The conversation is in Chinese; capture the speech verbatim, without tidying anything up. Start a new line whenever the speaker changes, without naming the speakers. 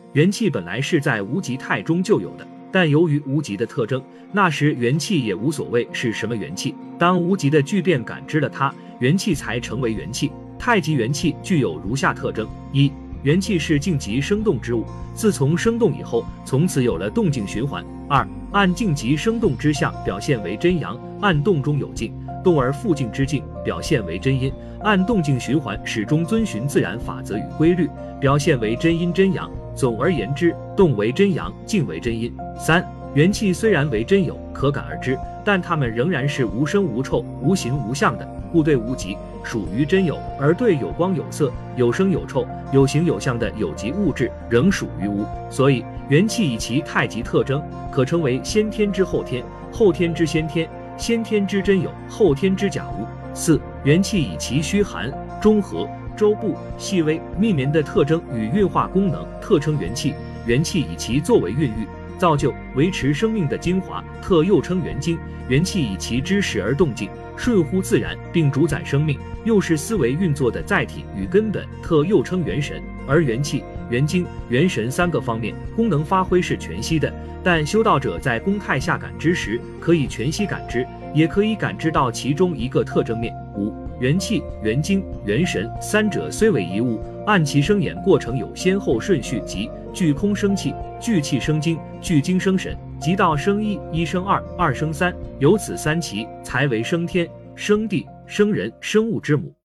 元气本来是在无极态中就有的，但由于无极的特征，那时元气也无所谓是什么元气。当无极的巨变感知了它，元气才成为元气。太极元气具有如下特征：一、元气是静极生动之物，自从生动以后，从此有了动静循环。二、按静极生动之象表现为真阳，按动中有静，动而复静之静表现为真阴，按动静循环始终遵循自然法则与规律，表现为真阴真阳。总而言之，动为真阳，静为真阴。三、元气虽然为真有，可感而知，但它们仍然是无声无臭、无形无相的，故对无极属于真有，而对有光有色、有声有臭、有形有相的有极物质仍属于无。所以元气以其太极特征，可称为先天之后天，后天之先天，先天之真有，后天之假无。四、元气以其虚寒、中和、周部、细微、密绵的特征与运化功能，特称元气。元气以其作为孕育、造就、维持生命的精华，特又称元精。元气以其知识而动静，顺乎自然，并主宰生命，又是思维运作的载体与根本，特又称元神。而元气、元精、元神三个方面功能发挥是全息的，但修道者在公态下感知时，可以全息感知，也可以感知到其中一个特征面。五、元气、元精、元神三者虽为一物，按其生衍过程有先后顺序，即聚空生气，聚气生精，聚精生神，即到生一，一生二，二生三，由此三奇才为生天、生地、生人、生物之母。